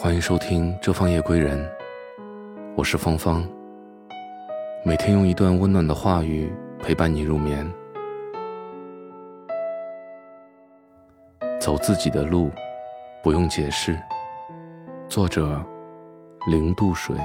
欢迎收听这方夜归人，我是芳芳。每天用一段温暖的话语陪伴你入眠。走自己的路，不用解释。作者：零度水。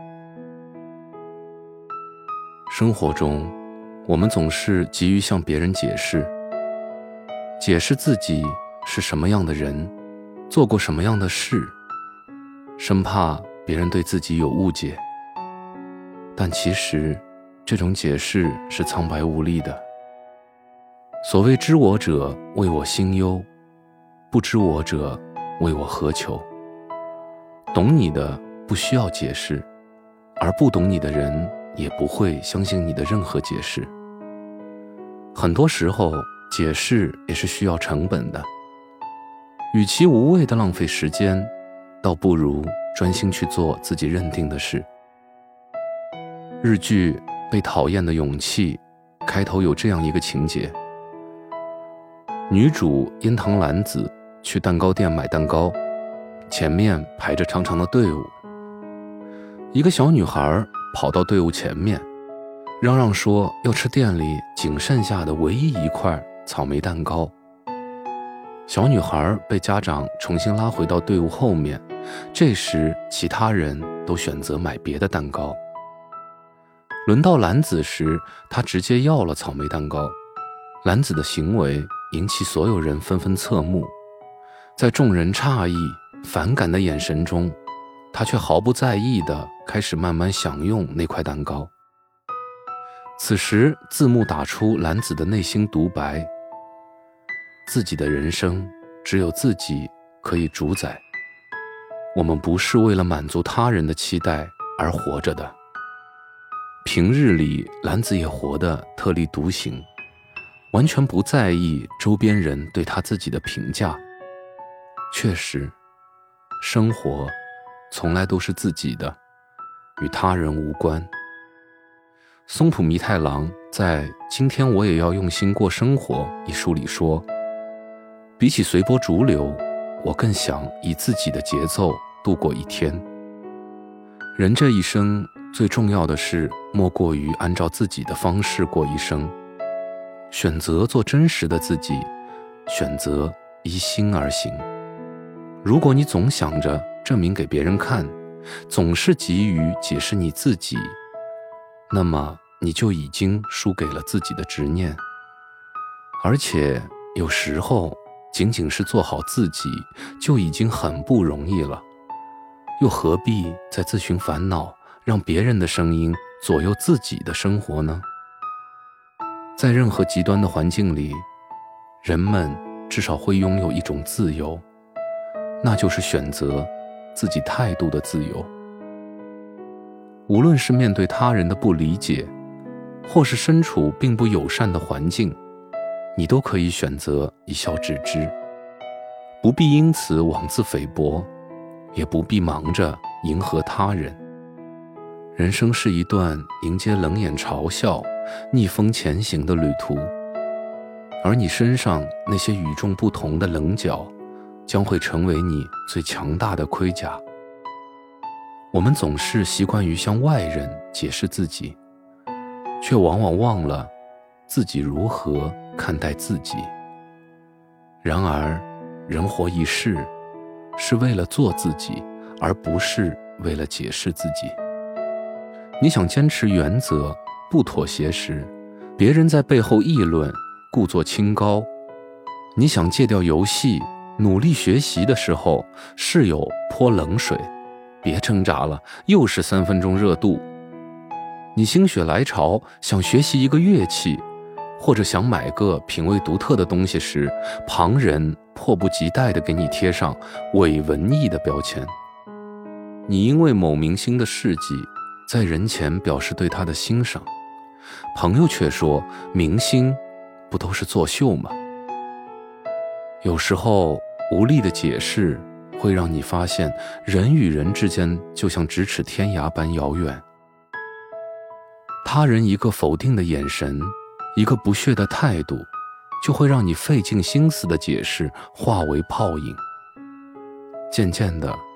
生活中，我们总是急于向别人解释自己是什么样的人，做过什么样的事，生怕别人对自己有误解。但其实这种解释是苍白无力的。所谓知我者为我心忧，不知我者为我何求。懂你的不需要解释，而不懂你的人也不会相信你的任何解释。很多时候解释也是需要成本的，与其无谓的浪费时间，倒不如专心去做自己认定的事。日剧《被讨厌的勇气》开头有这样一个情节：女主樱堂兰子去蛋糕店买蛋糕，前面排着长长的队伍。一个小女孩跑到队伍前面，嚷嚷说要吃店里仅剩下的唯一一块草莓蛋糕。小女孩被家长重新拉回到队伍后面，这时其他人都选择买别的蛋糕。轮到兰子时，她直接要了草莓蛋糕。兰子的行为引起所有人纷纷侧目，在众人诧异反感的眼神中，她却毫不在意地开始慢慢享用那块蛋糕。此时字幕打出兰子的内心独白：自己的人生只有自己可以主宰，我们不是为了满足他人的期待而活着的。平日里兰子也活得特立独行，完全不在意周边人对他自己的评价。确实，生活从来都是自己的，与他人无关。松浦弥太郎在《今天我也要用心过生活》一书里说，比起随波逐流，我更想以自己的节奏度过一天。人这一生最重要的事，莫过于按照自己的方式过一生，选择做真实的自己，选择依心而行。如果你总想着证明给别人看，总是急于解释你自己，那么你就已经输给了自己的执念。而且有时候仅仅是做好自己就已经很不容易了，又何必再自寻烦恼，让别人的声音左右自己的生活呢？在任何极端的环境里，人们至少会拥有一种自由，那就是选择自己态度的自由。无论是面对他人的不理解，或是身处并不友善的环境，你都可以选择一笑置之，不必因此妄自菲薄，也不必忙着迎合他人。人生是一段迎接冷眼嘲笑、逆风前行的旅途，而你身上那些与众不同的棱角，将会成为你最强大的盔甲。我们总是习惯于向外人解释自己，却往往忘了自己如何看待自己。然而，人活一世，是为了做自己，而不是为了解释自己。你想坚持原则，不妥协时，别人在背后议论，故作清高；你想戒掉游戏，努力学习的时候，室友泼冷水，别挣扎了，又是3分钟热度。你心血来潮想学习一个乐器，或者想买个品味独特的东西时，旁人迫不及待地给你贴上伪文艺的标签。你因为某明星的事迹，在人前表示对他的欣赏，朋友却说明星不都是作秀吗？有时候无力的解释会让你发现，人与人之间就像咫尺天涯般遥远。他人一个否定的眼神，一个不屑的态度，就会让你费尽心思的解释化为泡影。渐渐的，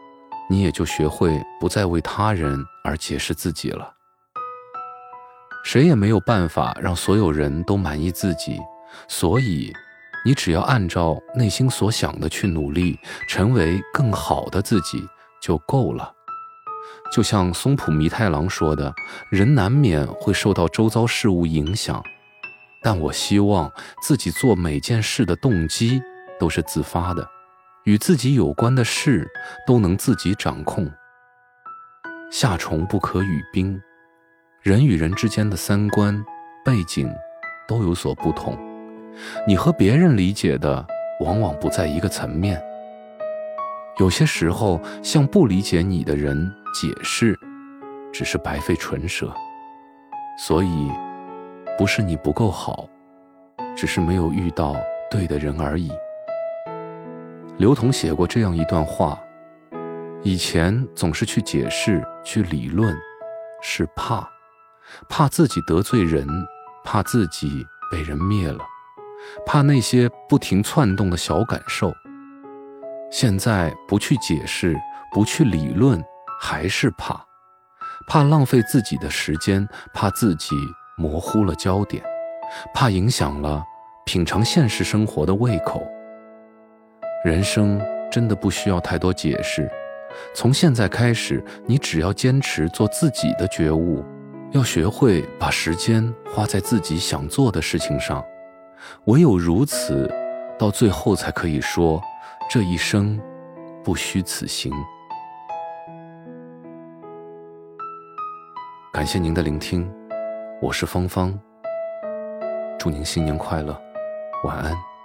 你也就学会不再为他人而解释自己了。谁也没有办法让所有人都满意自己，所以你只要按照内心所想的去努力，成为更好的自己就够了。就像松浦弥太郎说的，人难免会受到周遭事物影响，但我希望自己做每件事的动机都是自发的，与自己有关的事都能自己掌控。夏虫不可语冰，人与人之间的三观、背景都有所不同，你和别人理解的往往不在一个层面。有些时候，向不理解你的人解释，只是白费唇舌。所以，不是你不够好，只是没有遇到对的人而已。刘同写过这样一段话：以前总是去解释、去理论，是怕自己得罪人，怕自己被人灭了，怕那些不停窜动的小感受。现在不去解释，不去理论，还是怕浪费自己的时间，怕自己模糊了焦点，怕影响了品尝现实生活的胃口。人生真的不需要太多解释，从现在开始，你只要坚持做自己的觉悟，要学会把时间花在自己想做的事情上，唯有如此，到最后才可以说，这一生不虚此行。感谢您的聆听，我是芳芳，祝您新年快乐，晚安。